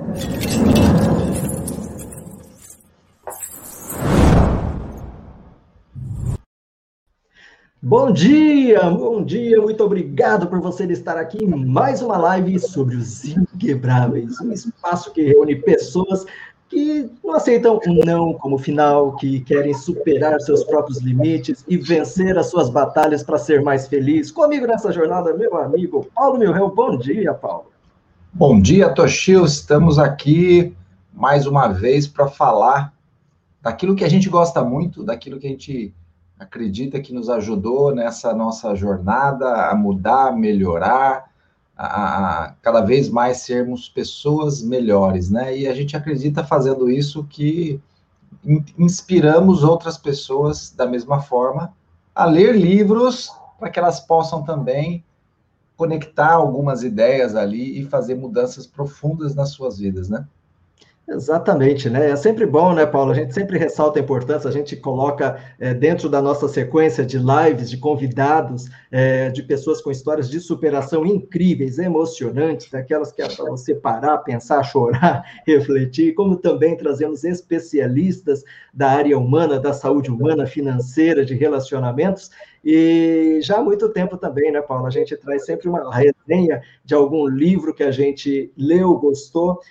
Bom dia, muito obrigado por você estar aqui em mais uma live sobre os Inquebráveis, um espaço que reúne pessoas que não aceitam um não como final, que querem superar seus próprios limites e vencer as suas batalhas para ser mais feliz. Comigo nessa jornada, meu amigo Paulo Milreu. Bom dia, Paulo. Bom dia, Toshio. Estamos aqui mais uma vez para falar daquilo que a gente gosta muito, daquilo que a gente acredita que nos ajudou nessa nossa jornada a mudar, a melhorar, a cada vez mais sermos pessoas melhores, né? E a gente acredita fazendo isso que inspiramos outras pessoas da mesma forma a ler livros para que elas possam também conectar algumas ideias ali e fazer mudanças profundas nas suas vidas, né? Exatamente, né? É sempre bom, né, Paulo? A gente sempre ressalta a importância, a gente coloca dentro da nossa sequência de lives, de convidados, de pessoas com histórias de superação incríveis, emocionantes, daquelas que é para você parar, pensar, chorar, refletir, como também trazemos especialistas da área humana, da saúde humana, financeira, de relacionamentos. E já há muito tempo também, né, Paulo? A gente traz sempre uma resenha de algum livro que a gente leu, gostou,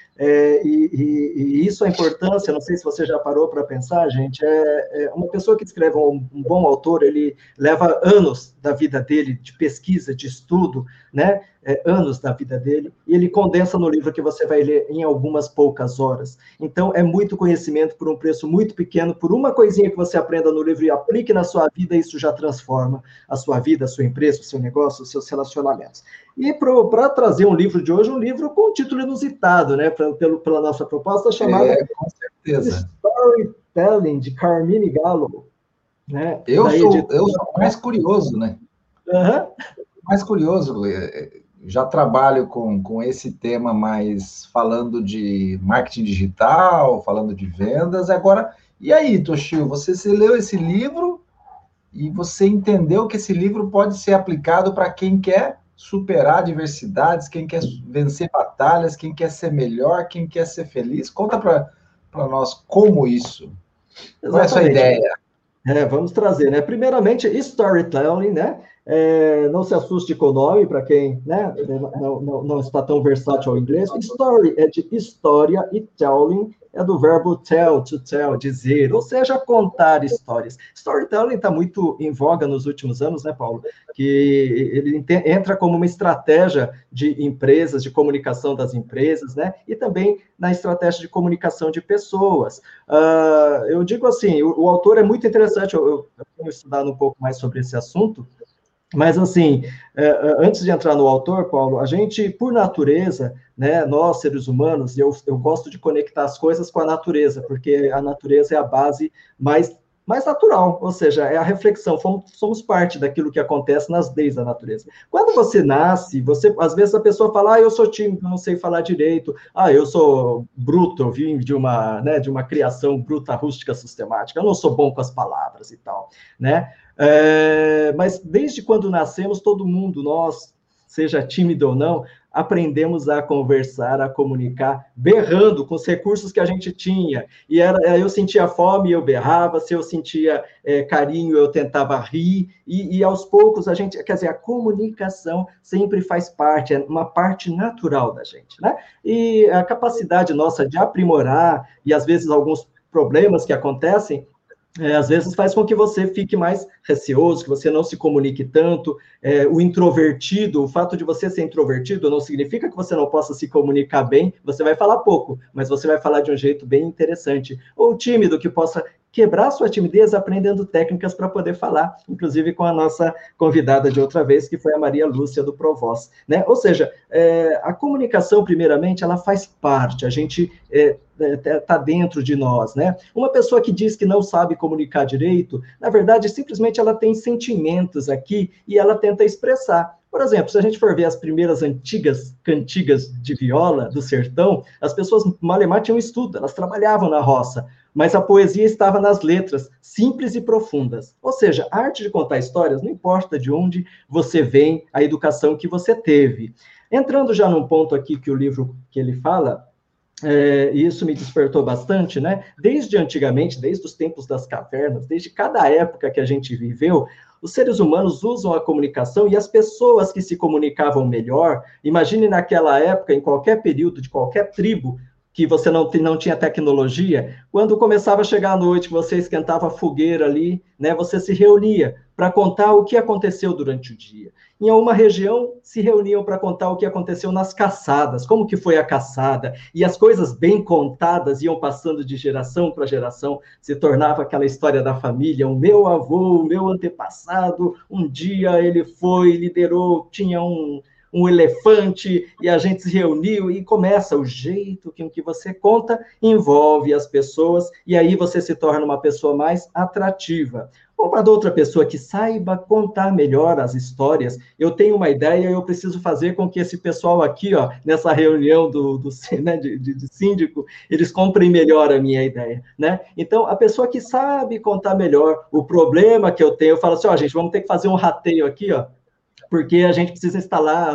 e isso a importância, não sei se você já parou para pensar, gente, uma pessoa que escreve um bom autor, ele leva anos da vida dele, de pesquisa, de estudo, né? Anos da vida dele, e ele condensa no livro que você vai ler em algumas poucas horas. Então, é muito conhecimento por um preço muito pequeno, por uma coisinha que você aprenda no livro e aplique na sua vida, isso já transforma a sua vida, a sua empresa, o seu negócio, os seus relacionamentos. E para trazer um livro de hoje, um livro com um título inusitado, né? Pela nossa proposta, chamada com certeza. Storytelling, de Carmine Gallo. Né? Eu sou mais curioso, né? Uhum. Mais curioso, já trabalho com esse tema, mas falando de marketing digital, falando de vendas. Agora, e aí, Toshio, você leu esse livro e você entendeu que esse livro pode ser aplicado para quem quer superar adversidades, quem quer vencer batalhas, quem quer ser melhor, quem quer ser feliz. Conta para nós como isso. Qual é a sua ideia? Vamos trazer, né? Primeiramente, storytelling, né? Não se assuste com o nome, para quem né, não está tão versátil ao inglês. Story é de história e telling é do verbo tell, to tell, dizer, ou seja, contar histórias. Storytelling está muito em voga nos últimos anos, né, Paulo? Que ele entra como uma estratégia de empresas, de comunicação das empresas, né? E também na estratégia de comunicação de pessoas. Eu digo assim, o autor é muito interessante, eu tenho estudado um pouco mais sobre esse assunto, mas, assim, antes de entrar no autor, Paulo, a gente, por natureza, né, nós, seres humanos, eu gosto de conectar as coisas com a natureza, porque a natureza é a base mais natural, ou seja, é a reflexão, somos parte daquilo que acontece nas leis da natureza. Quando você nasce, às vezes a pessoa fala, eu sou tímido, não sei falar direito, eu sou bruto, eu vim de uma criação bruta, rústica, sistemática, eu não sou bom com as palavras e tal, né? Mas desde quando nascemos, todo mundo, nós, seja tímido ou não, aprendemos a conversar, a comunicar, berrando com os recursos que a gente tinha. E eu sentia fome, eu berrava, se eu sentia carinho, eu tentava rir, e aos poucos a comunicação sempre faz parte, é uma parte natural da gente, né? E a capacidade nossa de aprimorar, e às vezes alguns problemas que acontecem, às vezes faz com que você fique mais receoso, que você não se comunique tanto. O introvertido, o fato de você ser introvertido não significa que você não possa se comunicar bem, você vai falar pouco, mas você vai falar de um jeito bem interessante. Ou tímido, que possa quebrar sua timidez aprendendo técnicas para poder falar, inclusive com a nossa convidada de outra vez, que foi a Maria Lúcia do Provoz, né? Ou seja, a comunicação, primeiramente, ela faz parte, a gente está dentro de nós, né? Uma pessoa que diz que não sabe comunicar direito, na verdade, simplesmente ela tem sentimentos aqui e ela tenta expressar. Por exemplo, se a gente for ver as primeiras antigas cantigas de viola do sertão, as pessoas malemar tinham estudo, elas trabalhavam na roça, mas a poesia estava nas letras, simples e profundas. Ou seja, a arte de contar histórias, não importa de onde você vem, a educação que você teve. Entrando já num ponto aqui que o livro que ele fala, e isso me despertou bastante, né? Desde antigamente, desde os tempos das cavernas, desde cada época que a gente viveu, os seres humanos usam a comunicação e as pessoas que se comunicavam melhor, imagine naquela época, em qualquer período, de qualquer tribo, que você não tinha tecnologia, quando começava a chegar a noite, você esquentava a fogueira ali, né? Você se reunia para contar o que aconteceu durante o dia. Em uma região, se reuniam para contar o que aconteceu nas caçadas, como que foi a caçada, e as coisas bem contadas iam passando de geração para geração, se tornava aquela história da família, o meu avô, o meu antepassado, um dia ele foi, liderou, tinha um elefante, e a gente se reuniu, e começa o jeito que você conta, envolve as pessoas, e aí você se torna uma pessoa mais atrativa. Uma outra pessoa que saiba contar melhor as histórias, eu tenho uma ideia, eu preciso fazer com que esse pessoal aqui, ó, nessa reunião né, de síndico, eles comprem melhor a minha ideia, né? Então, a pessoa que sabe contar melhor o problema que eu tenho, eu falo assim, ó, gente, vamos ter que fazer um rateio aqui, ó, porque a gente precisa instalar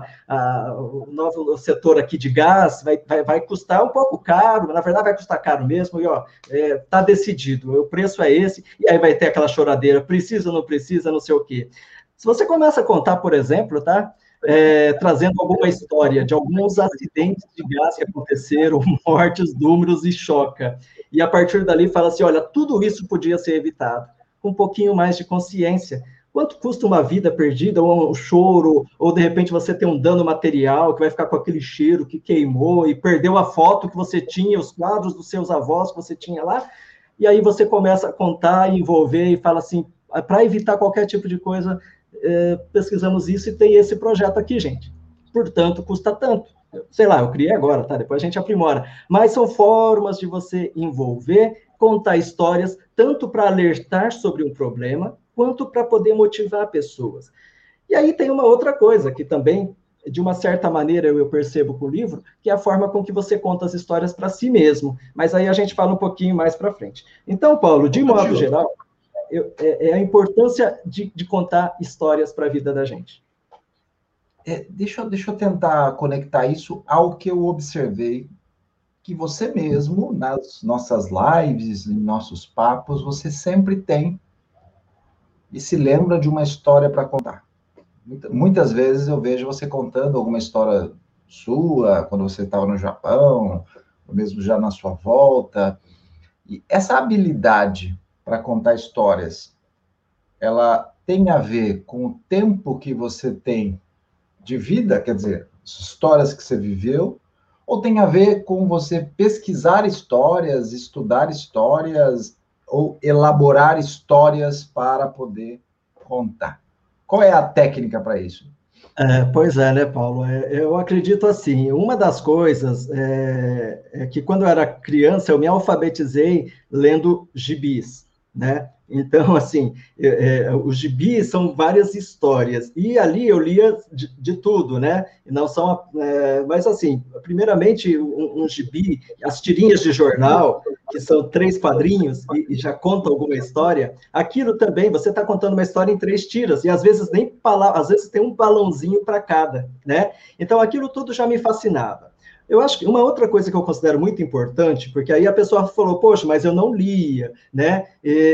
o novo setor aqui de gás, vai custar um pouco caro, na verdade vai custar caro mesmo, e ó, tá decidido, o preço é esse, e aí vai ter aquela choradeira, precisa, não precisa, não sei o quê. Se você começa a contar, por exemplo, tá? Trazendo alguma história de alguns acidentes de gás que aconteceram, mortes, números e choca. E a partir dali fala assim, olha, tudo isso podia ser evitado, com um pouquinho mais de consciência. Quanto custa uma vida perdida, ou um choro, ou de repente você tem um dano material, que vai ficar com aquele cheiro que queimou, e perdeu a foto que você tinha, os quadros dos seus avós que você tinha lá, e aí você começa a contar, envolver, e fala assim, para evitar qualquer tipo de coisa, pesquisamos isso e tem esse projeto aqui, gente. Portanto, custa tanto. Sei lá, eu criei agora, tá? Depois a gente aprimora. Mas são formas de você envolver, contar histórias, tanto para alertar sobre um problema, quanto para poder motivar pessoas. E aí tem uma outra coisa que também, de uma certa maneira, eu percebo com o livro, que é a forma com que você conta as histórias para si mesmo. Mas aí a gente fala um pouquinho mais para frente. Então, Paulo, de modo geral, é a importância de contar histórias para a vida da gente. Deixa eu tentar conectar isso ao que eu observei, que você mesmo, nas nossas lives, em nossos papos, você sempre tem e se lembra de uma história para contar. Muitas vezes eu vejo você contando alguma história sua, quando você estava no Japão, ou mesmo já na sua volta. E essa habilidade para contar histórias, ela tem a ver com o tempo que você tem de vida, quer dizer, as histórias que você viveu, ou tem a ver com você pesquisar histórias, estudar histórias, ou elaborar histórias para poder contar? Qual é a técnica para isso? Pois é, né, Paulo? Eu acredito assim, uma das coisas é que quando eu era criança eu me alfabetizei lendo gibis, né? Então, assim, os gibis são várias histórias, e ali eu lia de tudo, né? Não são, mas assim, primeiramente, um gibi, as tirinhas de jornal, que são 3 quadrinhos, e já conta alguma história, aquilo também, você está contando uma história em 3 tiras, e às vezes nem às vezes tem um balãozinho para cada, né? Então, aquilo tudo já me fascinava. Eu acho que uma outra coisa que eu considero muito importante, porque aí a pessoa falou, poxa, mas eu não lia, né?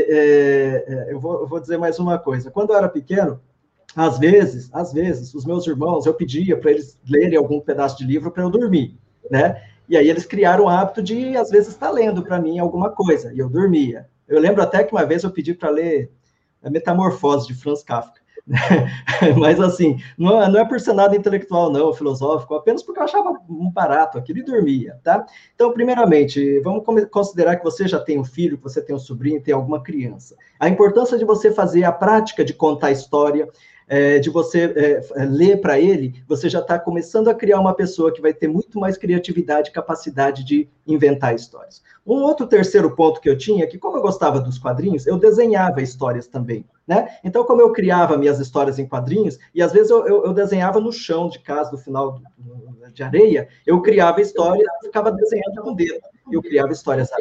Eu vou dizer mais uma coisa. Quando eu era pequeno, às vezes, os meus irmãos, eu pedia para eles lerem algum pedaço de livro para eu dormir, né? E aí eles criaram o hábito de, às vezes, estar lendo para mim alguma coisa, e eu dormia. Eu lembro até que uma vez eu pedi para ler A Metamorfose, de Franz Kafka. Mas, assim, não é por ser nada intelectual, não, filosófico, apenas porque eu achava um barato aquilo e dormia, tá? Então, primeiramente, vamos considerar que você já tem um filho, que você tem um sobrinho, tem alguma criança. A importância de você fazer a prática de contar história, de você ler para ele, você já está começando a criar uma pessoa que vai ter muito mais criatividade e capacidade de inventar histórias. Um outro terceiro ponto que eu tinha, que como eu gostava dos quadrinhos, eu desenhava histórias também, né? Então, como eu criava minhas histórias em quadrinhos, e às vezes eu desenhava no chão de casa, no final de areia, eu criava histórias e ficava desenhando com o dedo. Eu criava histórias.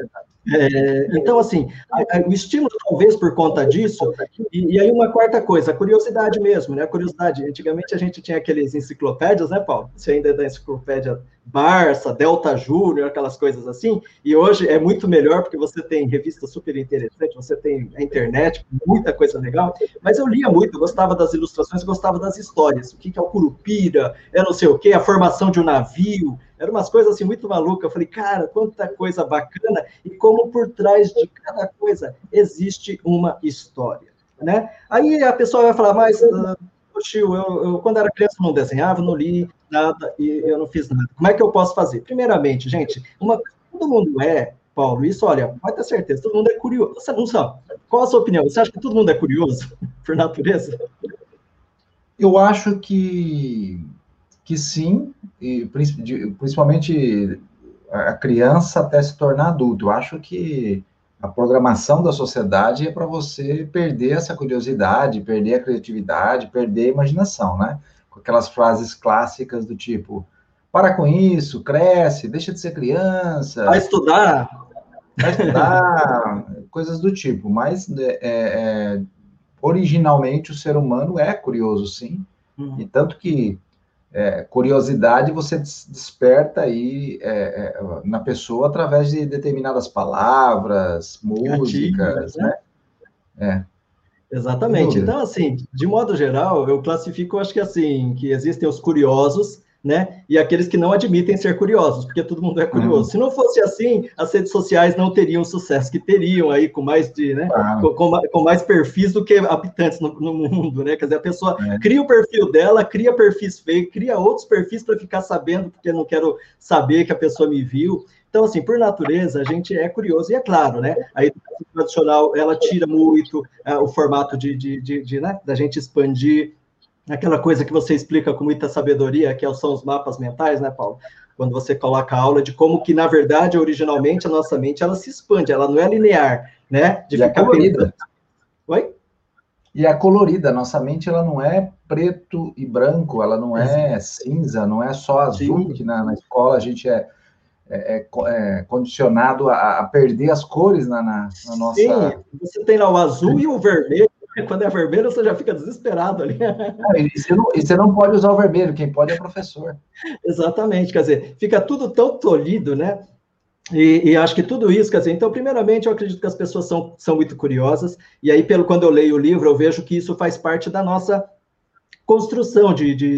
Então, assim, o estímulo, talvez por conta disso, e aí uma quarta coisa, a curiosidade mesmo, né? A curiosidade. Antigamente a gente tinha aqueles enciclopédias, né, Paulo? Você ainda é da enciclopédia Barça, Delta Júnior, aquelas coisas assim, e hoje é muito melhor porque você tem revista super interessante, você tem a internet, muita coisa legal, mas eu lia muito, eu gostava das ilustrações, eu gostava das histórias, o que é o Curupira, é não sei o quê, a formação de um navio, eram umas coisas assim muito malucas, eu falei, cara, quanta coisa bacana, e como por trás de cada coisa existe uma história, né? Aí a pessoa vai falar, mas... Tio, eu, quando era criança, não desenhava, não li nada e eu não fiz nada. Como é que eu posso fazer? Primeiramente, gente, todo mundo Paulo, isso, olha, pode ter certeza, todo mundo é curioso. Você não sabe. Qual a sua opinião? Você acha que todo mundo é curioso, por natureza? Eu acho que sim, e principalmente a criança até se tornar adulto. Eu acho que a programação da sociedade é para você perder essa curiosidade, perder a criatividade, perder a imaginação, né? Com aquelas frases clássicas do tipo, para com isso, cresce, deixa de ser Vai criança, estudar? vai estudar, coisas do tipo. Mas originalmente o ser humano é curioso, sim. E tanto que curiosidade você desperta aí na pessoa através de determinadas palavras, Gatilhos, músicas, né? né? Sem Exatamente. dúvida. Então, assim, de modo geral, eu classifico, acho que assim, que existem os curiosos, né? E aqueles que não admitem ser curiosos, porque todo mundo é curioso. Uhum. Se não fosse assim, as redes sociais não teriam o sucesso que teriam aí, com mais de, né? Claro. Com mais perfis do que habitantes no mundo, né? Quer dizer, a pessoa É. cria o perfil dela, cria perfis feios, cria outros perfis para ficar sabendo, porque eu não quero saber que a pessoa me viu. Então, assim, por natureza, a gente é curioso. E é claro, né? A educação tradicional, ela tira muito o formato né? Da gente expandir aquela coisa que você explica com muita sabedoria, que são os mapas mentais, né, Paulo? Quando você coloca a aula de como que, na verdade, originalmente, a nossa mente, ela se expande, ela não é linear, né? De E é ficar pensando... colorida. Oi? E é colorida. Nossa mente ela não é preto e branco, ela não é cinza, não é só azul, Sim, que na escola a gente condicionado a perder as cores na sim, nossa. você tem lá o azul e o vermelho, quando é vermelho você já fica desesperado ali. E você não pode usar o vermelho, quem pode é o professor. Exatamente, quer dizer, fica tudo tão tolhido, né? E acho que tudo isso, quer dizer, então, primeiramente, eu acredito que as pessoas são muito curiosas, e aí, quando eu leio o livro, eu vejo que isso faz parte da nossa construção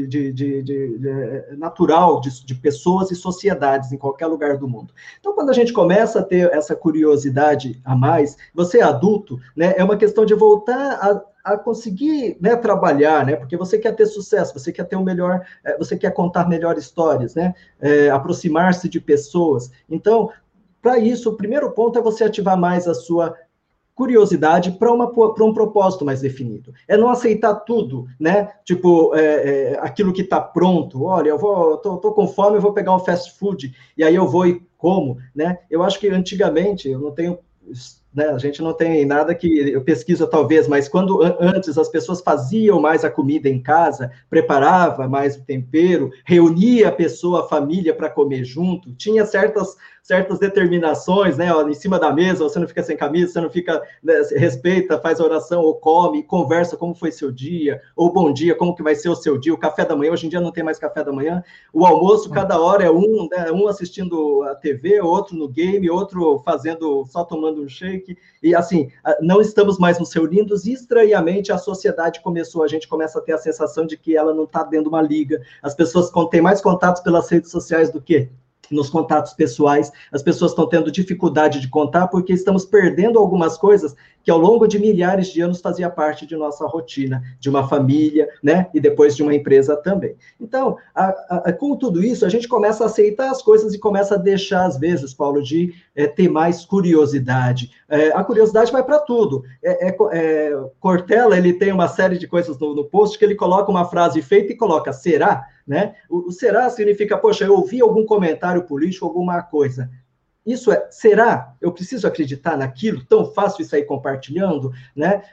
natural de pessoas e sociedades em qualquer lugar do mundo. Então, quando a gente começa a ter essa curiosidade a mais, você é adulto, né, é uma questão de voltar a conseguir, né, trabalhar, né, porque você quer ter sucesso, você quer ter um melhor, você quer contar melhor histórias, né, aproximar-se de pessoas. Então, para isso, o primeiro ponto é você ativar mais a sua curiosidade para um propósito mais definido. É não aceitar tudo, né? Tipo, aquilo que está pronto. Olha, tô com fome, eu vou pegar um fast food, e aí eu vou e como, né? Eu acho que antigamente, eu não tenho... Né, a gente não tem nada que eu pesquiso talvez, mas quando antes as pessoas faziam mais a comida em casa, preparava mais o tempero, reunia a pessoa, a família para comer junto, tinha certas determinações, né? Ó, em cima da mesa, você não fica sem camisa, você não fica, né, respeita, faz oração, ou come, conversa como foi seu dia, ou bom dia, como que vai ser o seu dia, o café da manhã, hoje em dia não tem mais café da manhã, o almoço, cada hora é né, um assistindo a TV, outro no game, outro fazendo, só tomando um shake, e assim, não estamos mais nos reunindo, e estranhamente a sociedade a gente começa a ter a sensação de que ela não está dentro de uma liga, as pessoas têm mais contatos pelas redes sociais do que nos contatos pessoais, as pessoas estão tendo dificuldade de contar porque estamos perdendo algumas coisas que ao longo de milhares de anos fazia parte de nossa rotina, de uma família, né, e depois de uma empresa também. Então, com tudo isso, a gente começa a aceitar as coisas e começa a deixar, às vezes, Paulo, de ter mais curiosidade. A curiosidade vai para tudo. Cortella, ele tem uma série de coisas no post que ele coloca uma frase feita e coloca, será? Né? O será significa, poxa, eu ouvi algum comentário político, alguma coisa. Isso será? Eu preciso acreditar naquilo? Tão fácil isso aí compartilhando, né?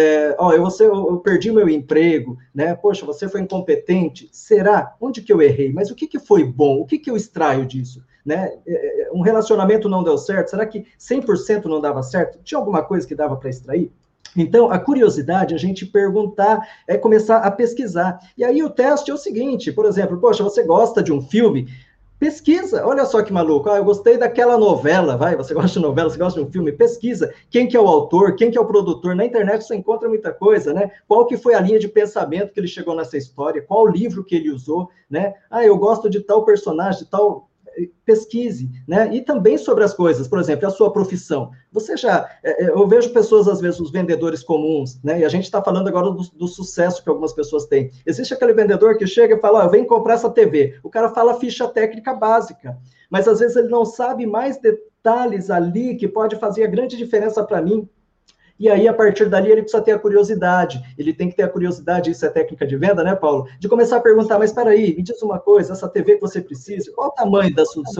Eu perdi meu emprego, né? Poxa, você foi incompetente. Será? Onde que eu errei? Mas o que foi bom? O que eu extraio disso? Né? Um relacionamento não deu certo? Será que 100% não dava certo? Tinha alguma coisa que dava para extrair? Então, a curiosidade, a gente perguntar, é começar a pesquisar. E aí o teste é o seguinte, por exemplo, poxa, você gosta de um filme? Pesquisa, olha só que maluco, eu gostei daquela novela, você gosta de novela, você gosta de um filme, pesquisa, quem que é o autor, quem que é o produtor, na internet você encontra muita coisa, né, qual que foi a linha de pensamento que ele chegou nessa história, qual livro que ele usou, né, eu gosto de tal personagem, de tal... Pesquise, né? E também sobre as coisas, por exemplo, a sua profissão. Você já, eu vejo pessoas, às vezes, os vendedores comuns, né? E a gente está falando agora do sucesso que algumas pessoas têm. Existe aquele vendedor que chega e fala, eu venho comprar essa TV. O cara fala ficha técnica básica, mas às vezes ele não sabe mais detalhes ali que pode fazer a grande diferença para mim. E aí, a partir dali, ele precisa ter a curiosidade. Ele tem que ter a curiosidade, isso é técnica de venda, né, Paulo? De começar a perguntar, mas espera aí, me diz uma coisa, essa TV que você precisa, qual o tamanho da sua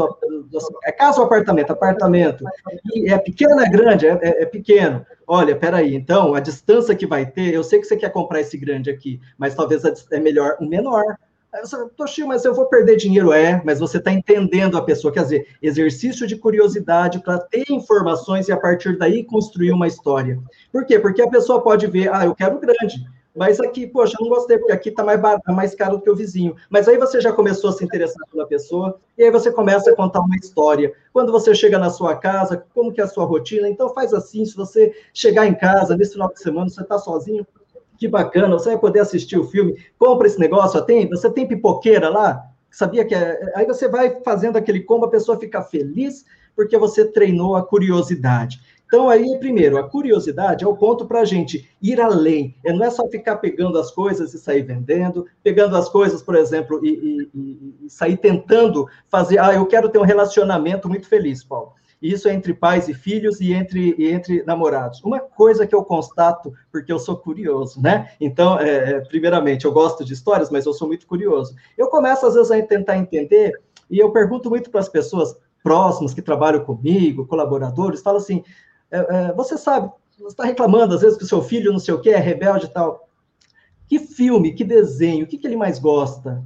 é casa ou apartamento? Apartamento. E é pequeno ou é grande? É pequeno. Olha, espera aí, então, a distância que vai ter, eu sei que você quer comprar esse grande aqui, mas talvez é melhor o menor. Toshio, mas eu vou perder dinheiro, mas você está entendendo a pessoa, quer dizer, exercício de curiosidade para ter informações e a partir daí construir uma história. Por quê? Porque a pessoa pode ver, eu quero grande, mas aqui, poxa, eu não gostei, porque aqui está mais caro do que o vizinho. Mas aí você já começou a se interessar pela pessoa, e aí você começa a contar uma história. Quando você chega na sua casa, como que é a sua rotina? Então faz assim, se você chegar em casa, nesse final de semana, você está sozinho, que bacana, você vai poder assistir o filme, compra esse negócio, você tem pipoqueira lá? Sabia que aí você vai fazendo aquele combo, a pessoa fica feliz porque você treinou a curiosidade. Então, aí, primeiro, a curiosidade é o ponto para a gente ir além. Não é só ficar pegando as coisas e sair vendendo, pegando as coisas, por exemplo, e sair tentando fazer, eu quero ter um relacionamento muito feliz, Paulo. Isso é entre pais e filhos e entre namorados. Uma coisa que eu constato, porque eu sou curioso, né? Então, primeiramente, eu gosto de histórias, mas eu sou muito curioso. Eu começo, às vezes, a tentar entender, e eu pergunto muito para as pessoas próximas que trabalham comigo, colaboradores, falo assim, você sabe, você está reclamando, às vezes, que o seu filho não sei o quê, é rebelde e tal. Que filme, que desenho, o que ele mais gosta?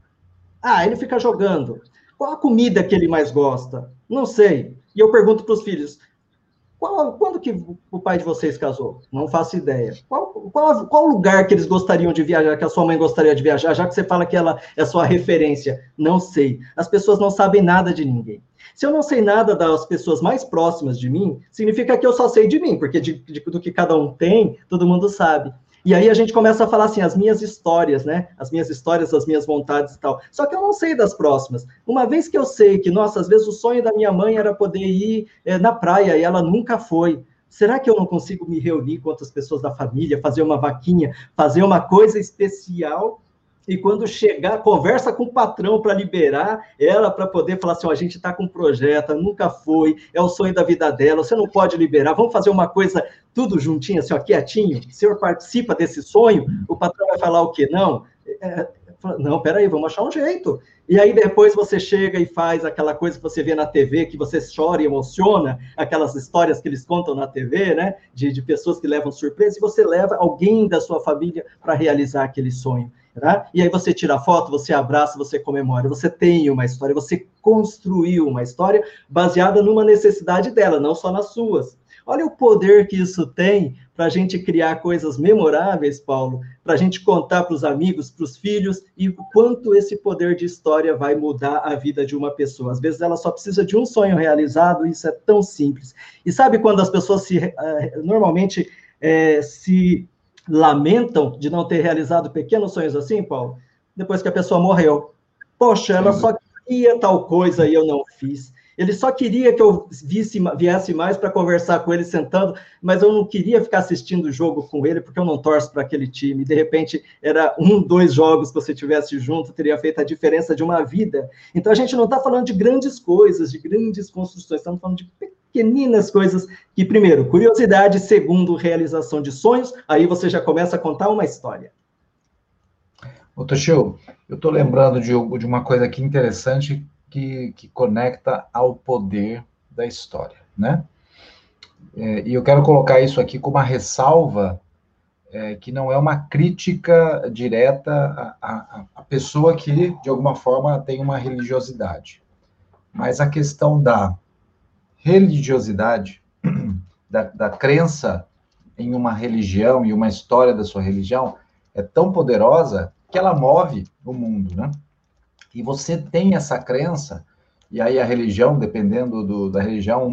Ele fica jogando. Qual a comida que ele mais gosta? Não sei. E eu pergunto para os filhos, quando que o pai de vocês casou? Não faço ideia. Qual lugar que eles gostariam de viajar, que a sua mãe gostaria de viajar, já que você fala que ela é sua referência? Não sei. As pessoas não sabem nada de ninguém. Se eu não sei nada das pessoas mais próximas de mim, significa que eu só sei de mim, porque do que cada um tem, todo mundo sabe. E aí a gente começa a falar assim, as minhas histórias, né? As minhas histórias, as minhas vontades e tal. Só que eu não sei das próximas. Uma vez que eu sei que, nossa, às vezes o sonho da minha mãe era poder ir na praia e ela nunca foi. Será que eu não consigo me reunir com outras pessoas da família, fazer uma vaquinha, fazer uma coisa especial? E quando chegar, conversa com o patrão para liberar ela, para poder falar assim, a gente está com um projeto, nunca foi, é o sonho da vida dela, você não pode liberar, vamos fazer uma coisa tudo juntinho, assim, quietinho, o senhor participa desse sonho, o patrão vai falar o quê? Não, não, peraí, vamos achar um jeito. E aí depois você chega e faz aquela coisa que você vê na TV, que você chora e emociona, aquelas histórias que eles contam na TV, né, de pessoas que levam surpresa, e você leva alguém da sua família para realizar aquele sonho. Tá? E aí você tira a foto, você abraça, você comemora, você tem uma história, você construiu uma história baseada numa necessidade dela, não só nas suas. Olha o poder que isso tem para a gente criar coisas memoráveis, Paulo, para a gente contar para os amigos, para os filhos, e o quanto esse poder de história vai mudar a vida de uma pessoa. Às vezes ela só precisa de um sonho realizado, e isso é tão simples. E sabe quando as pessoas normalmente se lamentam de não ter realizado pequenos sonhos assim, Paulo? Depois que a pessoa morreu. Poxa, ela só queria tal coisa e eu não fiz. Ele só queria que eu viesse mais para conversar com ele sentando, mas eu não queria ficar assistindo o jogo com ele, porque eu não torço para aquele time. De repente, era 2 jogos que você tivesse junto, teria feito a diferença de uma vida. Então, a gente não está falando de grandes coisas, de grandes construções, estamos falando de pequeninas coisas que, primeiro, curiosidade, segundo, realização de sonhos, aí você já começa a contar uma história. Ô, Toshio, eu estou lembrando de uma coisa aqui interessante que conecta ao poder da história, né? E eu quero colocar isso aqui como uma ressalva, que não é uma crítica direta à pessoa que, de alguma forma, tem uma religiosidade. Mas a questão da religiosidade, da crença em uma religião e uma história da sua religião, é tão poderosa que ela move o mundo, né? e você tem essa crença, e aí a religião, dependendo da religião,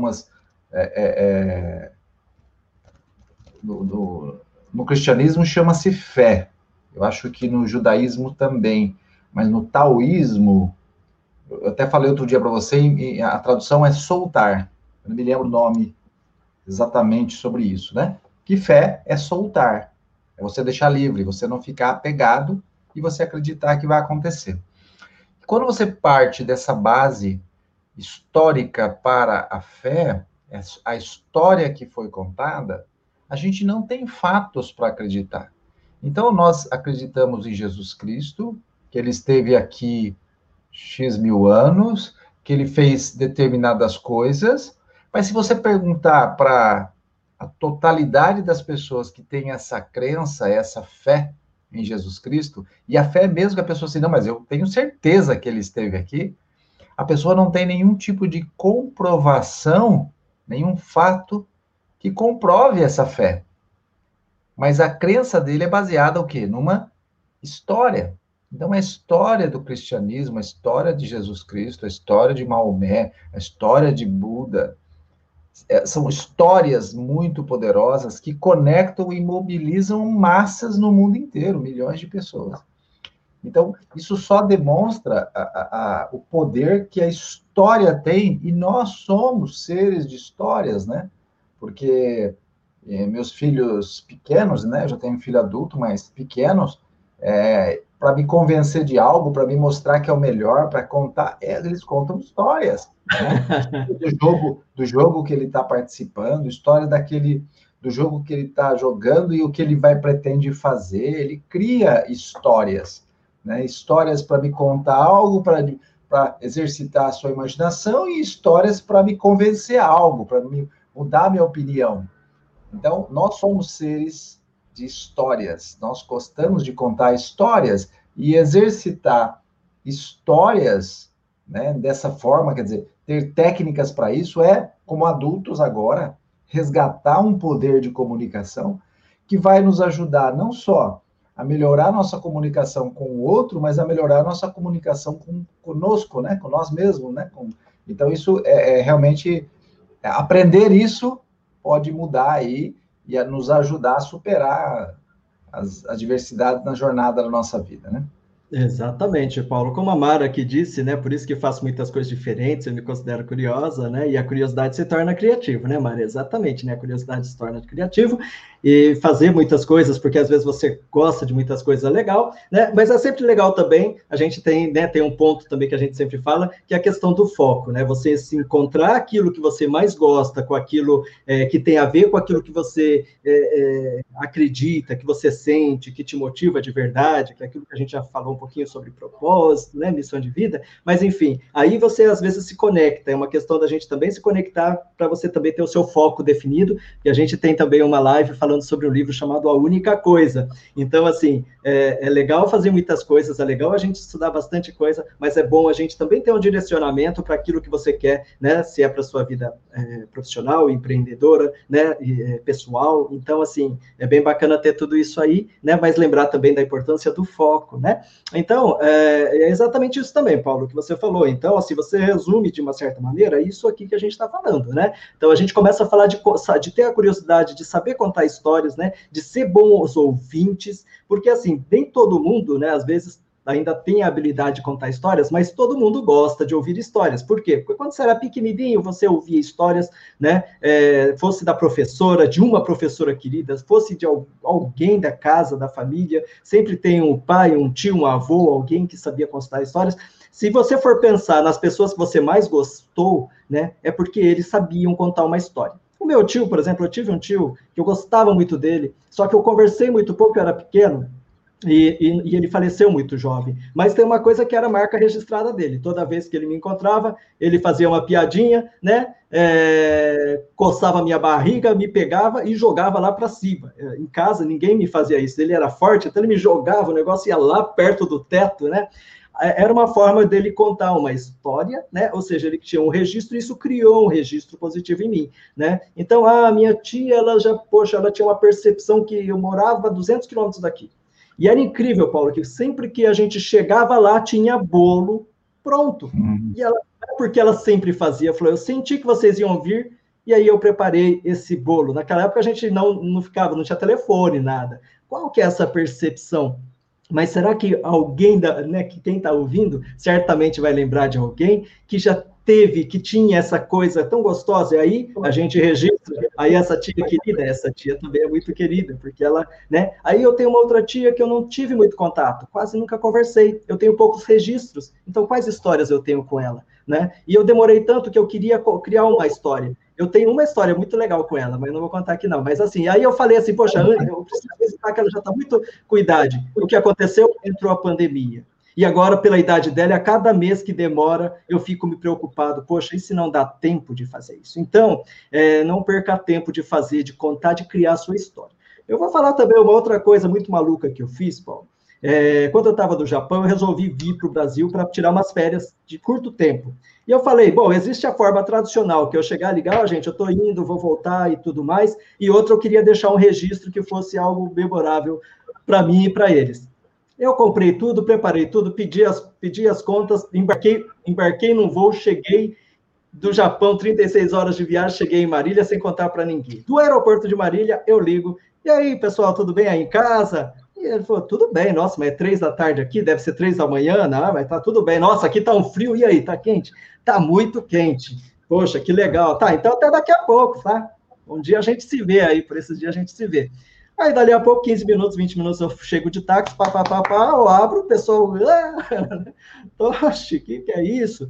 no cristianismo chama-se fé, eu acho que no judaísmo também, mas no taoísmo, eu até falei outro dia para você, a tradução é soltar, eu não me lembro o nome exatamente sobre isso, né? Que fé é soltar, é você deixar livre, você não ficar apegado e você acreditar que vai acontecer. Quando você parte dessa base histórica para a fé, a história que foi contada, a gente não tem fatos para acreditar. Então, nós acreditamos em Jesus Cristo, que ele esteve aqui X mil anos, que ele fez determinadas coisas, mas se você perguntar para a totalidade das pessoas que têm essa crença, essa fé em Jesus Cristo, e a fé mesmo que a pessoa assim, não, mas eu tenho certeza que ele esteve aqui, a pessoa não tem nenhum tipo de comprovação, nenhum fato que comprove essa fé. Mas a crença dele é baseada o quê? Numa história. Então, a história do cristianismo, a história de Jesus Cristo, a história de Maomé, a história de Buda, são histórias muito poderosas que conectam e mobilizam massas no mundo inteiro, milhões de pessoas. Então, isso só demonstra o poder que a história tem, e nós somos seres de histórias, né? Porque meus filhos pequenos, né? Eu já tenho um filho adulto, mas pequenos, para me convencer de algo, para me mostrar que é o melhor, para contar, eles contam histórias, né? Do jogo que ele está participando, história do jogo que ele está jogando e o que ele pretende fazer. Ele cria histórias, né? Histórias para me contar algo, para exercitar a sua imaginação, e histórias para me convencer algo, para me mudar a minha opinião. Então, nós somos seres de histórias, nós gostamos de contar histórias e exercitar histórias, né, dessa forma, quer dizer, ter técnicas para isso como adultos agora, resgatar um poder de comunicação que vai nos ajudar não só a melhorar nossa comunicação com o outro, mas a melhorar nossa comunicação conosco, né, com nós mesmos, né? Então, isso realmente, aprender isso pode mudar aí e nos ajudar a superar as adversidades na jornada da nossa vida, né? Exatamente, Paulo. Como a Mara aqui disse, né? Por isso que faço muitas coisas diferentes, eu me considero curiosa, né? E a curiosidade se torna criativo, né, Mara? Exatamente, né? A curiosidade se torna criativo e fazer muitas coisas, porque às vezes você gosta de muitas coisas, é legal, né? Mas é sempre legal também, a gente tem, né? Tem um ponto também que a gente sempre fala, que é a questão do foco, né? Você se encontrar aquilo que você mais gosta, com aquilo que tem a ver com aquilo que você acredita, que você sente, que te motiva de verdade, que é aquilo que a gente já falou um pouquinho sobre propósito, né, missão de vida, mas enfim, aí você às vezes se conecta, é uma questão da gente também se conectar para você também ter o seu foco definido, e a gente tem também uma live falando sobre um livro chamado A Única Coisa. Então, assim, é legal fazer muitas coisas, é legal a gente estudar bastante coisa, mas é bom a gente também ter um direcionamento para aquilo que você quer, né, se é para a sua vida profissional, empreendedora, né, pessoal. Então, assim, é bem bacana ter tudo isso aí, né, mas lembrar também da importância do foco, né? Então, é exatamente isso também, Paulo, que você falou. Então, assim, você resume de uma certa maneira isso aqui que a gente está falando, né? Então, a gente começa a falar de ter a curiosidade, de saber contar histórias, né? De ser bons ouvintes, porque, assim, nem todo mundo, né, às vezes, ainda tem a habilidade de contar histórias, mas todo mundo gosta de ouvir histórias. Por quê? Porque quando você era pequenininho, você ouvia histórias, né? Fosse da professora, de uma professora querida, fosse de alguém da casa, da família, sempre tem um pai, um tio, um avô, alguém que sabia contar histórias. Se você for pensar nas pessoas que você mais gostou, né? É porque eles sabiam contar uma história. O meu tio, por exemplo, eu tive um tio que eu gostava muito dele, só que eu conversei muito pouco, eu era pequeno, e ele faleceu muito jovem. Mas tem uma coisa que era a marca registrada dele. Toda vez que ele me encontrava, ele fazia uma piadinha, né? Coçava a minha barriga, me pegava e jogava lá para cima. Em casa, ninguém me fazia isso. Ele era forte, então ele me jogava, o negócio ia lá perto do teto, né? Era uma forma dele contar uma história, né? Ou seja, ele tinha um registro, e isso criou um registro positivo em mim, né? Então, a minha tia, ela tinha uma percepção que eu morava a 200 quilômetros daqui. E era incrível, Paulo, que sempre que a gente chegava lá, tinha bolo Pronto. E ela, não é porque ela sempre fazia, falou, eu senti que vocês iam vir, e aí eu preparei esse bolo. Naquela época a gente não ficava, não tinha telefone, nada. Qual que é essa percepção? Mas será que alguém, né, que quem está ouvindo, certamente vai lembrar de alguém que já teve, que tinha essa coisa tão gostosa, e aí a gente registra, aí essa tia querida, essa tia também é muito querida, porque ela, né, aí eu tenho uma outra tia que eu não tive muito contato, quase nunca conversei, eu tenho poucos registros, então quais histórias eu tenho com ela, né, e eu demorei tanto que eu queria criar uma história, eu tenho uma história muito legal com ela, mas não vou contar aqui não, mas assim, aí eu falei assim, poxa, eu preciso visitar que ela já está muito com idade, o que aconteceu? Entrou a pandemia, e agora, pela idade dela, a cada mês que demora, eu fico me preocupado. Poxa, e se não dá tempo de fazer isso? Então, não perca tempo de fazer, de contar, de criar a sua história. Eu vou falar também uma outra coisa muito maluca que eu fiz, Paulo. Quando eu estava no Japão, eu resolvi vir para o Brasil para tirar umas férias de curto tempo. E eu falei, bom, existe a forma tradicional, que eu chegar, ligar, gente, eu estou indo, vou voltar e tudo mais. E outra, eu queria deixar um registro que fosse algo memorável para mim e para eles. Eu comprei tudo, preparei tudo, pedi as contas, embarquei num voo, cheguei do Japão, 36 horas de viagem, cheguei em Marília sem contar para ninguém. Do aeroporto de Marília, eu ligo, e aí, pessoal, tudo bem aí em casa? E ele falou, tudo bem, nossa, mas é 3 da tarde aqui, deve ser 3 da manhã, não, mas tá tudo bem, nossa, aqui tá um frio, e aí, tá quente? Tá muito quente. Poxa, que legal. Tá, então até daqui a pouco, tá? Um dia a gente se vê aí, por esses dias a gente se vê. Aí, dali a pouco, 15 minutos, 20 minutos, eu chego de táxi, eu abro, o pessoal... Oxe, o que é isso?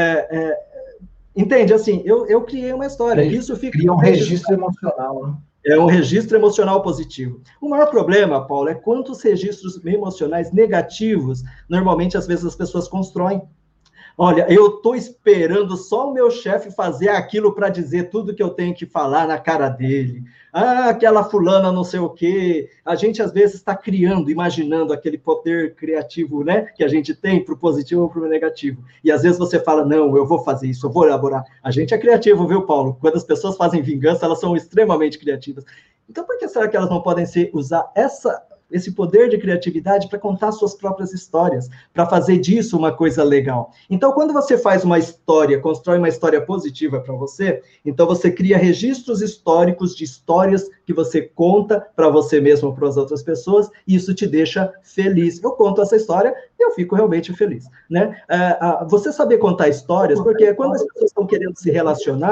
Entende? Assim, eu criei uma história. Isso fica... Cria um registro emocional, né? É um registro emocional positivo. O maior problema, Paulo, é quantos registros emocionais negativos, normalmente, às vezes, as pessoas constroem. Olha, eu estou esperando só o meu chefe fazer aquilo para dizer tudo que eu tenho que falar na cara dele. Ah, aquela fulana não sei o quê. A gente, às vezes, está criando, imaginando aquele poder criativo, né, que a gente tem para o positivo ou para o negativo. E, às vezes, você fala, não, eu vou fazer isso, eu vou elaborar. A gente é criativo, viu, Paulo? Quando as pessoas fazem vingança, elas são extremamente criativas. Então, por que será que elas não podem usar esse poder de criatividade para contar suas próprias histórias, para fazer disso uma coisa legal? Então, quando você faz uma história, constrói uma história positiva para você, então você cria registros históricos de histórias que você conta para você mesmo, para as outras pessoas, e isso te deixa feliz. Eu conto essa história e eu fico realmente feliz, né? Você saber contar histórias, porque quando as pessoas estão querendo se relacionar,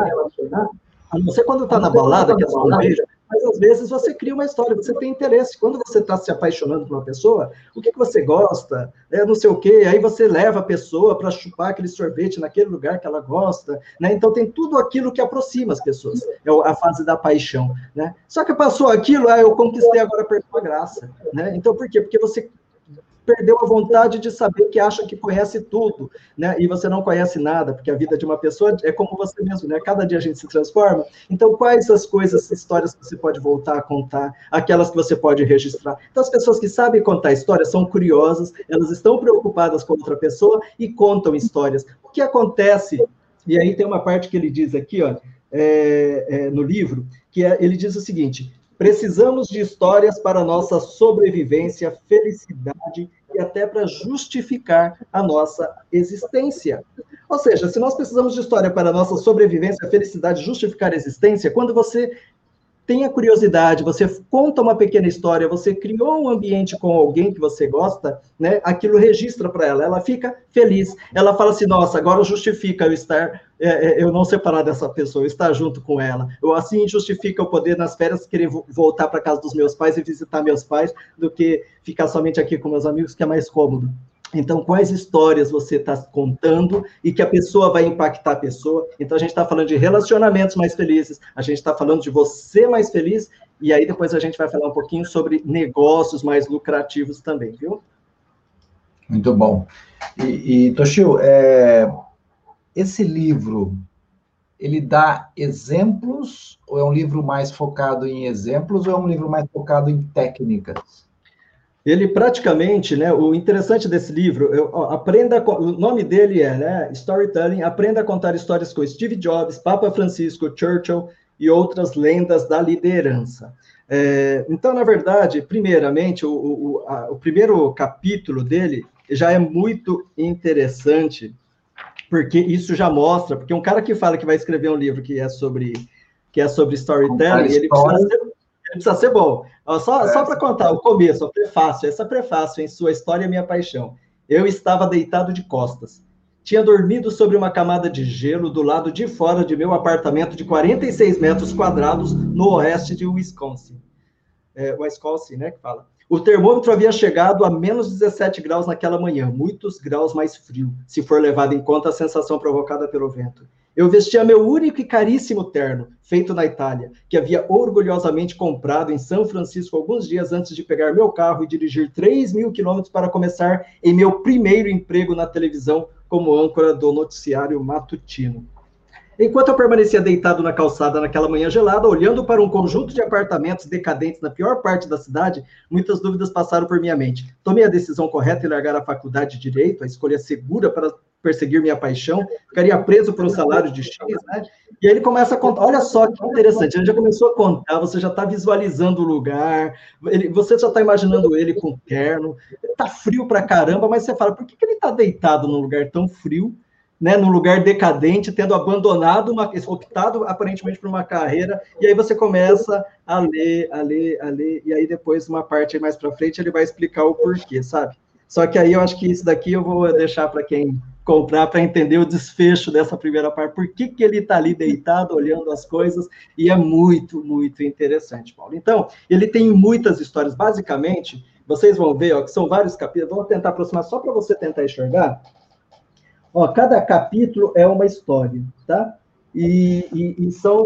a não ser quando está na balada, que é só um beijo, mas às vezes você cria uma história, você tem interesse. Quando você está se apaixonando por uma pessoa, o que você gosta, não sei o quê, aí você leva a pessoa para chupar aquele sorvete naquele lugar que ela gosta, né? Então tem tudo aquilo que aproxima as pessoas, é a fase da paixão, né? Só que passou aquilo, eu conquistei, agora perdi a graça, né? Então por quê? Porque você perdeu a vontade de saber, que acha que conhece tudo, né? E você não conhece nada, porque a vida de uma pessoa é como você mesmo, né? Cada dia a gente se transforma. Então, quais as coisas, histórias que você pode voltar a contar, aquelas que você pode registrar? Então, as pessoas que sabem contar histórias são curiosas, elas estão preocupadas com outra pessoa e contam histórias. O que acontece? E aí tem uma parte que ele diz aqui, ó, no livro, ele diz o seguinte: precisamos de histórias para nossa sobrevivência, felicidade e até para justificar a nossa existência. Ou seja, se nós precisamos de história para nossa sobrevivência, felicidade, justificar a existência, quando você tem a curiosidade, você conta uma pequena história, você criou um ambiente com alguém que você gosta, né? Aquilo registra para ela, ela fica feliz. Ela fala assim, nossa, agora justifica eu não separar dessa pessoa, eu estar junto com ela. Eu, assim, justifica eu poder, nas férias, querer voltar para casa dos meus pais e visitar meus pais, do que ficar somente aqui com meus amigos, que é mais cômodo. Então, quais histórias você está contando e que a pessoa vai impactar a pessoa? Então, a gente está falando de relacionamentos mais felizes, a gente está falando de você mais feliz, e aí depois a gente vai falar um pouquinho sobre negócios mais lucrativos também, viu? Muito bom. E Toshio, esse livro, ele dá exemplos, ou é um livro mais focado em exemplos, ou é um livro mais focado em técnicas? Ele praticamente, né, o interessante desse livro, o nome dele é, né, Storytelling, aprenda a contar histórias com Steve Jobs, Papa Francisco, Churchill e outras lendas da liderança. Então, na verdade, primeiramente, o primeiro capítulo dele já é muito interessante, porque isso já mostra, porque um cara que fala que vai escrever um livro que é sobre storytelling, ele precisa ser bom. Só para contar o começo, o prefácio, essa prefácio em Sua História é Minha Paixão. Eu estava deitado de costas. Tinha dormido sobre uma camada de gelo do lado de fora de meu apartamento de 46 metros quadrados no oeste de Wisconsin. Wisconsin, né, que fala. O termômetro havia chegado a menos 17 graus naquela manhã, muitos graus mais frio, se for levado em conta a sensação provocada pelo vento. Eu vestia meu único e caríssimo terno, feito na Itália, que havia orgulhosamente comprado em São Francisco alguns dias antes de pegar meu carro e dirigir 3.000 quilômetros para começar em meu primeiro emprego na televisão como âncora do noticiário matutino. Enquanto eu permanecia deitado na calçada naquela manhã gelada, olhando para um conjunto de apartamentos decadentes na pior parte da cidade, muitas dúvidas passaram por minha mente. Tomei a decisão correta em largar a faculdade de Direito, a escolha segura para perseguir minha paixão, ficaria preso por um salário de X, né? E aí ele começa a contar, olha só que interessante, ele já começou a contar, você já está visualizando o lugar, você já está imaginando ele com terno, está frio pra caramba, mas você fala, por que ele está deitado num lugar tão frio, né, num lugar decadente, tendo abandonado, optado aparentemente por uma carreira, e aí você começa a ler, e aí depois, uma parte mais para frente, ele vai explicar o porquê, sabe? Só que aí eu acho que isso daqui eu vou deixar para quem comprar, para entender o desfecho dessa primeira parte, por que ele está ali deitado, olhando as coisas, e é muito, muito interessante, Paulo. Então, ele tem muitas histórias, basicamente, vocês vão ver, ó, que são vários capítulos, vou tentar aproximar só para você tentar enxergar. Ó, cada capítulo é uma história, tá? E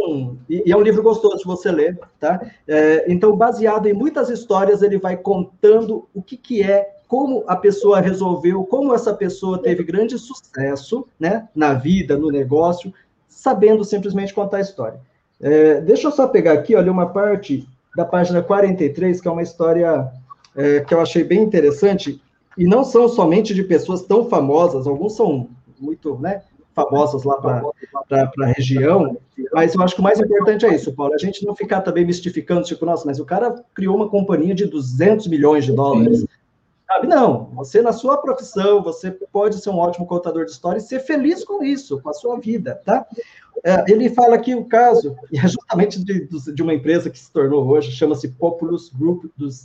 é um livro gostoso de você ler, tá? Então, baseado em muitas histórias, ele vai contando o que é, como a pessoa resolveu, como essa pessoa teve grande sucesso, né, na vida, no negócio, sabendo simplesmente contar a história. Deixa eu só pegar aqui, olha, uma parte da página 43, que é uma história que eu achei bem interessante, e não são somente de pessoas tão famosas, alguns são muito, né, famosas lá para a região, mas eu acho que o mais importante é isso, Paulo, a gente não ficar também mistificando, tipo, nossa, mas o cara criou uma companhia de 200 milhões de dólares, sabe? Não, você na sua profissão, você pode ser um ótimo contador de história e ser feliz com isso, com a sua vida, tá? Ele fala aqui o caso, e é justamente de uma empresa que se tornou hoje, chama-se Populus Group,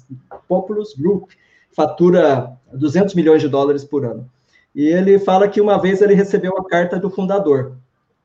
fatura 200 milhões de dólares por ano. E ele fala que uma vez ele recebeu a carta do fundador.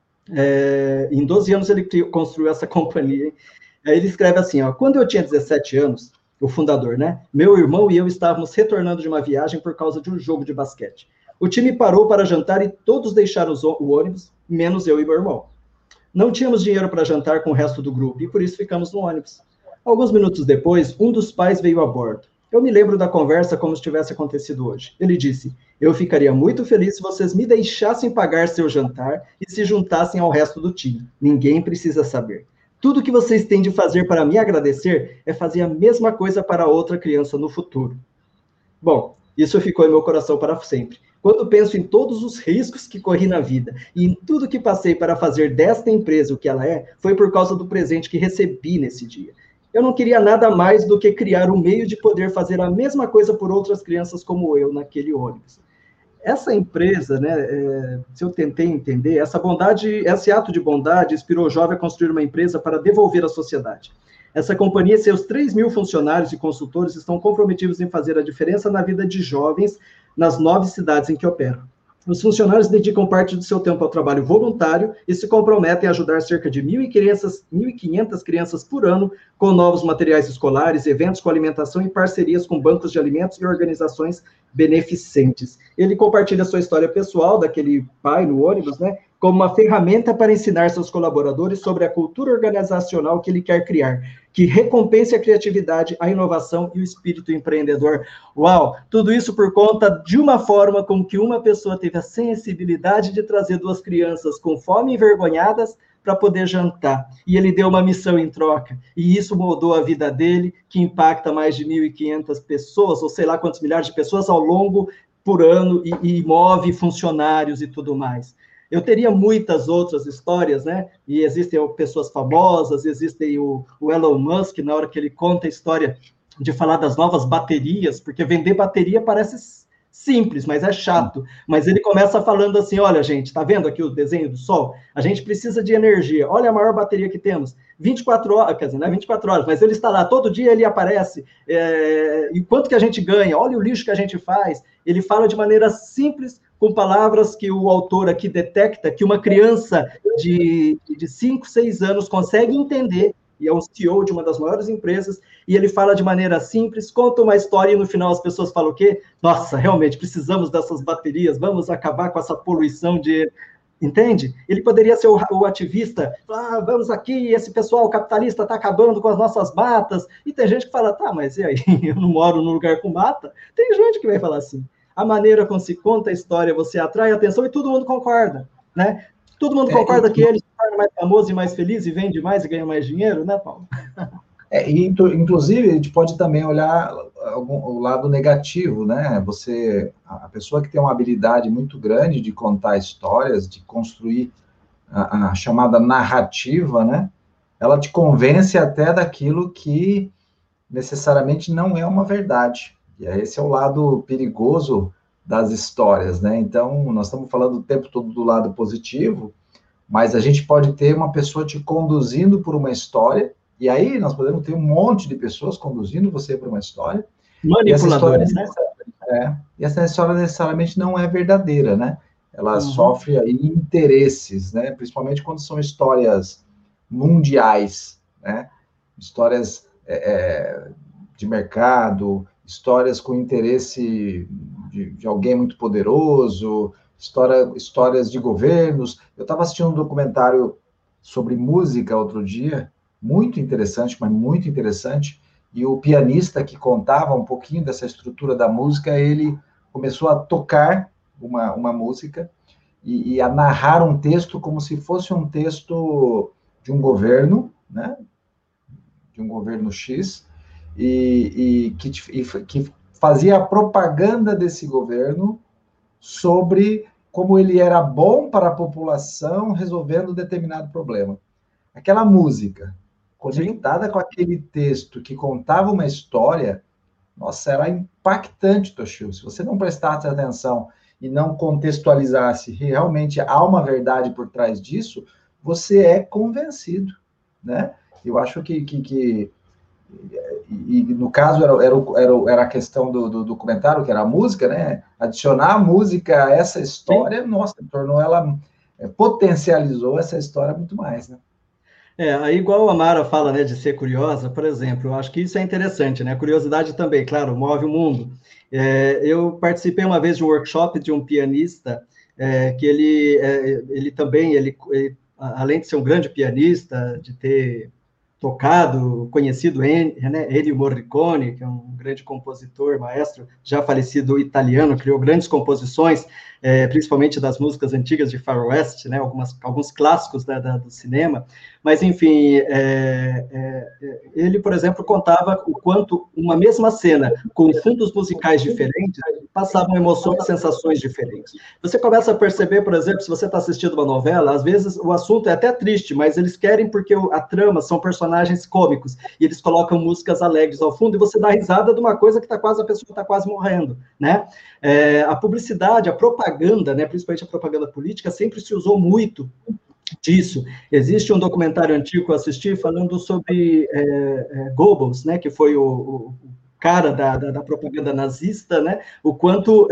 Em 12 anos ele construiu essa companhia. Aí ele escreve assim, ó, quando eu tinha 17 anos, o fundador, né? Meu irmão e eu estávamos retornando de uma viagem por causa de um jogo de basquete. O time parou para jantar e todos deixaram o ônibus, menos eu e meu irmão. Não tínhamos dinheiro para jantar com o resto do grupo e por isso ficamos no ônibus. Alguns minutos depois, um dos pais veio a bordo. Eu me lembro da conversa como se tivesse acontecido hoje. Ele disse, eu ficaria muito feliz se vocês me deixassem pagar seu jantar e se juntassem ao resto do time. Ninguém precisa saber. Tudo que vocês têm de fazer para me agradecer é fazer a mesma coisa para outra criança no futuro. Bom, isso ficou em meu coração para sempre. Quando penso em todos os riscos que corri na vida e em tudo que passei para fazer desta empresa o que ela é, foi por causa do presente que recebi nesse dia. Eu não queria nada mais do que criar um meio de poder fazer a mesma coisa por outras crianças como eu naquele ônibus. Essa empresa, né, se eu tentei entender, esse ato de bondade inspirou o jovem a construir uma empresa para devolver à sociedade. Essa companhia e seus 3.000 funcionários e consultores estão comprometidos em fazer a diferença na vida de jovens nas 9 cidades em que operam. Os funcionários dedicam parte do seu tempo ao trabalho voluntário e se comprometem a ajudar cerca de 1.500 crianças por ano com novos materiais escolares, eventos com alimentação e parcerias com bancos de alimentos e organizações beneficentes. Ele compartilha sua história pessoal, daquele pai no ônibus, né, como uma ferramenta para ensinar seus colaboradores sobre a cultura organizacional que ele quer criar, que recompense a criatividade, a inovação e o espírito empreendedor. Uau! Tudo isso por conta de uma forma com que uma pessoa teve a sensibilidade de trazer 2 crianças com fome e envergonhadas para poder jantar. E ele deu uma missão em troca. E isso mudou a vida dele, que impacta mais de 1.500 pessoas, ou sei lá quantos milhares de pessoas ao longo por ano, e move funcionários e tudo mais. Eu teria muitas outras histórias, né? E existem pessoas famosas, existem o Elon Musk, na hora que ele conta a história de falar das novas baterias, porque vender bateria parece simples, mas é chato. Mas ele começa falando assim, olha, gente, tá vendo aqui o desenho do Sol? A gente precisa de energia. Olha a maior bateria que temos. 24 horas, quer dizer, não é 24 horas, mas ele está lá, todo dia ele aparece. E quanto que a gente ganha? Olha o lixo que a gente faz. Ele fala de maneira simples, com palavras que o autor aqui detecta que uma criança de 5, 6 anos consegue entender, e é um CEO de uma das maiores empresas, e ele fala de maneira simples, conta uma história e no final as pessoas falam o quê? Nossa, realmente, precisamos dessas baterias, vamos acabar com essa poluição de... Entende? Ele poderia ser o ativista, vamos aqui, esse pessoal capitalista está acabando com as nossas matas, e tem gente que fala, tá, mas e aí, eu não moro num lugar com mata? Tem gente que vai falar assim. A maneira como se conta a história, você atrai atenção e todo mundo concorda, né? Todo mundo concorda que ele se torna mais famoso e mais feliz e vende mais e ganha mais dinheiro, né, Paulo? Inclusive, a gente pode também olhar o lado negativo, né? A pessoa que tem uma habilidade muito grande de contar histórias, de construir a chamada narrativa, né? Ela te convence até daquilo que necessariamente não é uma verdade. E esse é o lado perigoso das histórias, né? Então, nós estamos falando o tempo todo do lado positivo, mas a gente pode ter uma pessoa te conduzindo por uma história, e aí nós podemos ter um monte de pessoas conduzindo você por uma história. Manipuladores, né? E essa história necessariamente não é verdadeira, né? Ela sofre aí interesses, né? Principalmente quando são histórias mundiais, né? Histórias de mercado, histórias com interesse de alguém muito poderoso, histórias de governos. Eu estava assistindo um documentário sobre música outro dia, muito interessante, mas muito interessante, e o pianista que contava um pouquinho dessa estrutura da música, ele começou a tocar uma música e a narrar um texto como se fosse um texto de um governo, né? De um governo X, que fazia a propaganda desse governo sobre como ele era bom para a população resolvendo determinado problema. Aquela música, conectada com aquele texto que contava uma história, nossa, era impactante, Toshio. Se você não prestasse atenção e não contextualizasse realmente há uma verdade por trás disso, você é convencido, né? Eu acho que no caso era a questão do documentário, que era a música, né? Adicionar a música a essa história, nossa, tornou ela, potencializou essa história muito mais, né? Aí igual a Mara fala, né, de ser curiosa, por exemplo, eu acho que isso é interessante, né? A curiosidade também, claro, move o mundo. Eu participei uma vez de um workshop de um pianista, que ele também, além de ser um grande pianista, de ter tocado, conhecido Ennio Morricone, que é um grande compositor, maestro, já falecido italiano, criou grandes composições, principalmente das músicas antigas de Faroeste, né, alguns clássicos do cinema, mas, enfim, ele, por exemplo, contava o quanto uma mesma cena, com fundos musicais diferentes, passavam emoções e sensações diferentes. Você começa a perceber, por exemplo, se você está assistindo uma novela, às vezes o assunto é até triste, mas eles querem porque a trama são personagens cômicos, e eles colocam músicas alegres ao fundo, e você dá risada de uma coisa que a pessoa está quase morrendo, né? A publicidade, a propaganda, né, principalmente a propaganda política, sempre se usou muito disso. Existe um documentário antigo que eu assisti falando sobre Goebbels, né, que foi o cara da propaganda nazista, né, o quanto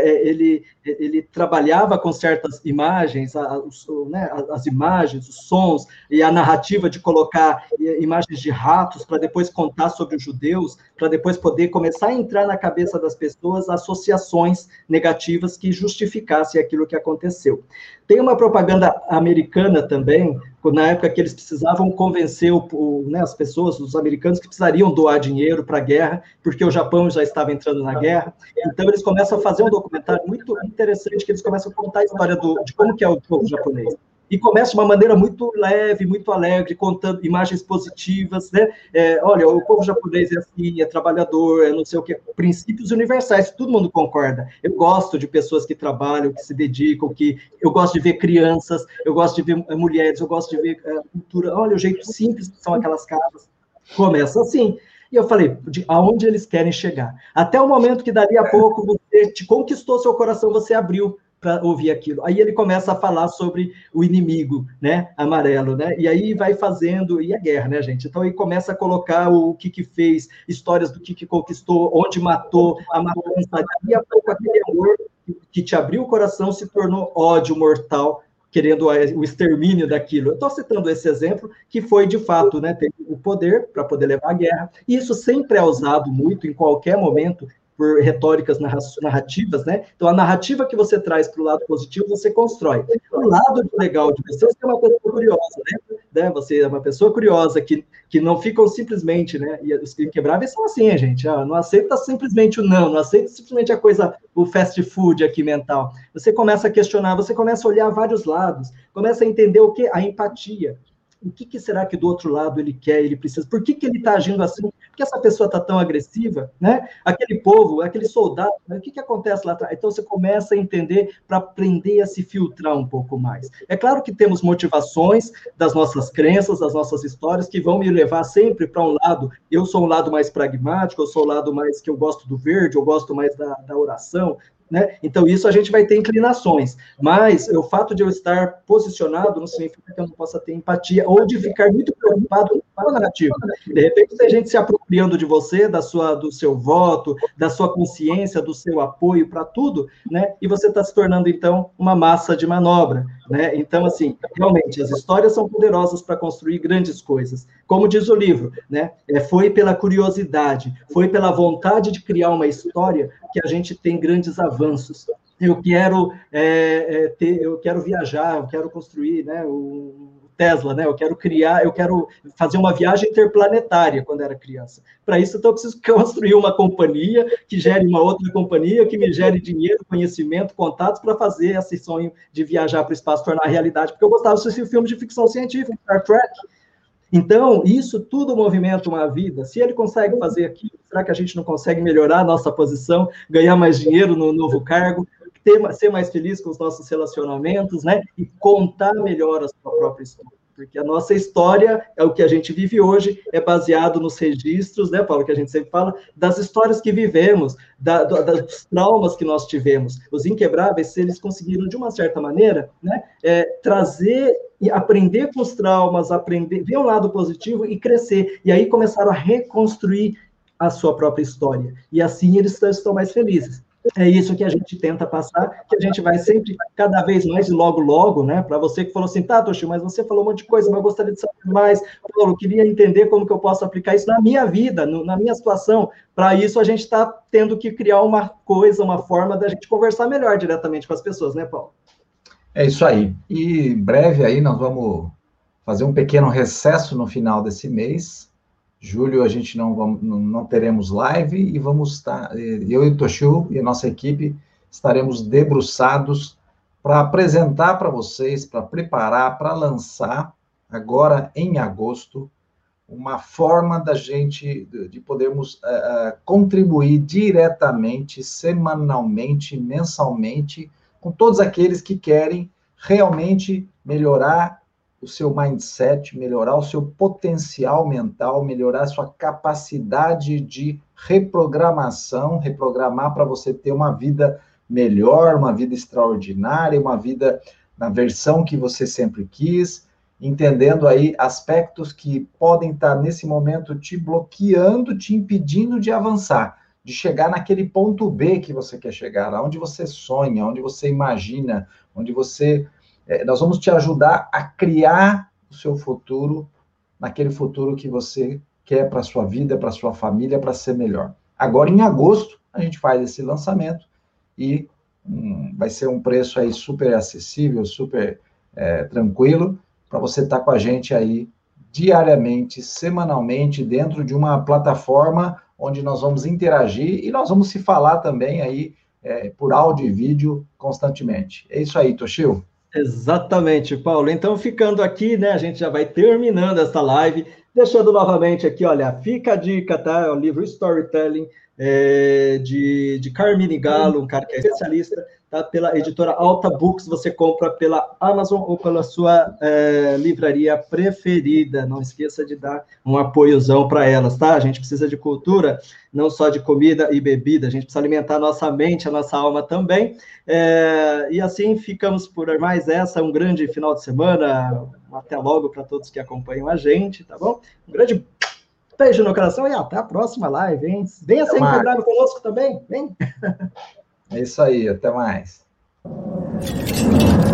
ele trabalhava com certas imagens, as imagens, os sons, e a narrativa de colocar imagens de ratos para depois contar sobre os judeus, para depois poder começar a entrar na cabeça das pessoas associações negativas que justificassem aquilo que aconteceu. Tem uma propaganda americana também, na época que eles precisavam convencer as pessoas, os americanos, que precisariam doar dinheiro para a guerra, porque o Japão já estava entrando na guerra. Então, eles começam a fazer um documentário muito interessante, que eles começam a contar a história de como que é o povo japonês. E começa de uma maneira muito leve, muito alegre, contando imagens positivas, né? Olha, o povo japonês é assim, é trabalhador, é não sei o quê, princípios universais, todo mundo concorda. Eu gosto de pessoas que trabalham, que se dedicam, eu gosto de ver crianças, eu gosto de ver mulheres, eu gosto de ver cultura. Olha o jeito simples que são aquelas casas. Começa assim. E eu falei, aonde eles querem chegar? Até o momento que dali a pouco te conquistou seu coração, você abriu para ouvir aquilo. Aí ele começa a falar sobre o inimigo, né, amarelo, né, e aí vai fazendo, e a guerra, né, gente? Então, aí começa a colocar o que fez, histórias do que conquistou, onde matou, a matança, e a pouco aquele amor que te abriu o coração se tornou ódio mortal, querendo o extermínio daquilo. Eu estou citando esse exemplo, que foi, de fato, né, ter o poder para poder levar a guerra, e isso sempre é usado muito, em qualquer momento, por retóricas narrativas, né? Então, a narrativa que você traz para o lado positivo, você constrói. O lado legal de você é uma pessoa curiosa, né? Você é uma pessoa curiosa, que não ficam simplesmente, né? E os inquebráveis são assim, gente. Não aceita simplesmente o não aceita simplesmente a coisa, o fast food aqui mental. Você começa a questionar, você começa a olhar vários lados, começa a entender o que? A empatia. O que será que do outro lado ele quer, ele precisa? Por que ele está agindo assim? Por que essa pessoa está tão agressiva? Né? Aquele povo, aquele soldado, né? O que acontece lá atrás? Então você começa a entender para aprender a se filtrar um pouco mais. É claro que temos motivações das nossas crenças, das nossas histórias, que vão me levar sempre para um lado. Eu sou um lado mais pragmático, eu sou um lado mais que eu gosto do verde, eu gosto mais da oração. Né? Então, isso a gente vai ter inclinações, mas o fato de eu estar posicionado não significa que eu não possa ter empatia ou de ficar muito preocupado com a narrativa. De repente, tem gente se apropriando de você, do seu voto, da sua consciência, do seu apoio para tudo, né? E você está se tornando, então, uma massa de manobra. Né? Então, assim, realmente, as histórias são poderosas para construir grandes coisas. Como diz o livro, né? Foi pela curiosidade, foi pela vontade de criar uma história que a gente tem grandes avanços. Eu quero viajar, eu quero construir, né, o Tesla, né? Eu quero fazer uma viagem interplanetária quando era criança. Para isso, então, eu preciso construir uma companhia que gere uma outra companhia, que me gere dinheiro, conhecimento, contatos para fazer esse sonho de viajar para o espaço tornar realidade, porque eu gostava de assistir filmes de ficção científica, Star Trek. Então, isso tudo movimenta uma vida. Se ele consegue fazer aquilo, será que a gente não consegue melhorar a nossa posição, ganhar mais dinheiro no novo cargo, ser mais feliz com os nossos relacionamentos, né? E contar melhor a sua própria história. Porque a nossa história é o que a gente vive hoje, é baseado nos registros, né, Paulo, que a gente sempre fala, das histórias que vivemos, dos traumas que nós tivemos. Os inquebráveis, eles conseguiram, de uma certa maneira, né, trazer e aprender com os traumas, ver um lado positivo e crescer. E aí começaram a reconstruir a sua própria história. E assim eles estão mais felizes. É isso que a gente tenta passar, que a gente vai sempre, cada vez mais, logo, né? Para você que falou assim, tá, Toshio, mas você falou um monte de coisa, mas eu gostaria de saber mais. Paulo, eu queria entender como que eu posso aplicar isso na minha vida, na minha situação. Para isso, a gente está tendo que criar uma forma da gente conversar melhor diretamente com as pessoas, né, Paulo? É isso aí. E em breve aí nós vamos fazer um pequeno recesso no final desse mês. Julho a gente não teremos live e vamos estar, eu e o Toshio e a nossa equipe estaremos debruçados para apresentar para vocês, para preparar, para lançar, agora em agosto, uma forma da gente, de podermos contribuir diretamente, semanalmente, mensalmente, com todos aqueles que querem realmente melhorar o seu mindset, melhorar o seu potencial mental, melhorar a sua capacidade de reprogramar para você ter uma vida melhor, uma vida extraordinária, uma vida na versão que você sempre quis, entendendo aí aspectos que podem estar nesse momento te bloqueando, te impedindo de avançar, de chegar naquele ponto B que você quer chegar, onde você sonha, onde você imagina, onde você... nós vamos te ajudar a criar o seu futuro, naquele futuro que você quer para a sua vida, para a sua família, para ser melhor. Agora, em agosto, a gente faz esse lançamento e vai ser um preço aí super acessível, super tranquilo, para você estar com a gente aí diariamente, semanalmente, dentro de uma plataforma onde nós vamos interagir e nós vamos se falar também aí por áudio e vídeo constantemente. É isso aí, Toshio. Exatamente, Paulo. Então, ficando aqui, né, a gente já vai terminando essa live, deixando novamente aqui, olha, fica a dica, tá? É o livro Storytelling, de Carmine Gallo, um cara que é especialista, tá? tá? Pela editora Alta Books, você compra pela Amazon ou pela sua livraria preferida. Não esqueça de dar um apoiozão para elas, tá? A gente precisa de cultura, não só de comida e bebida, a gente precisa alimentar a nossa mente, a nossa alma também. E assim ficamos por mais essa, um grande final de semana. Até logo para todos que acompanham a gente, tá bom? Um grande beijo no coração e até a próxima live, hein? Venha ser integrado conosco também, vem! É isso aí, até mais.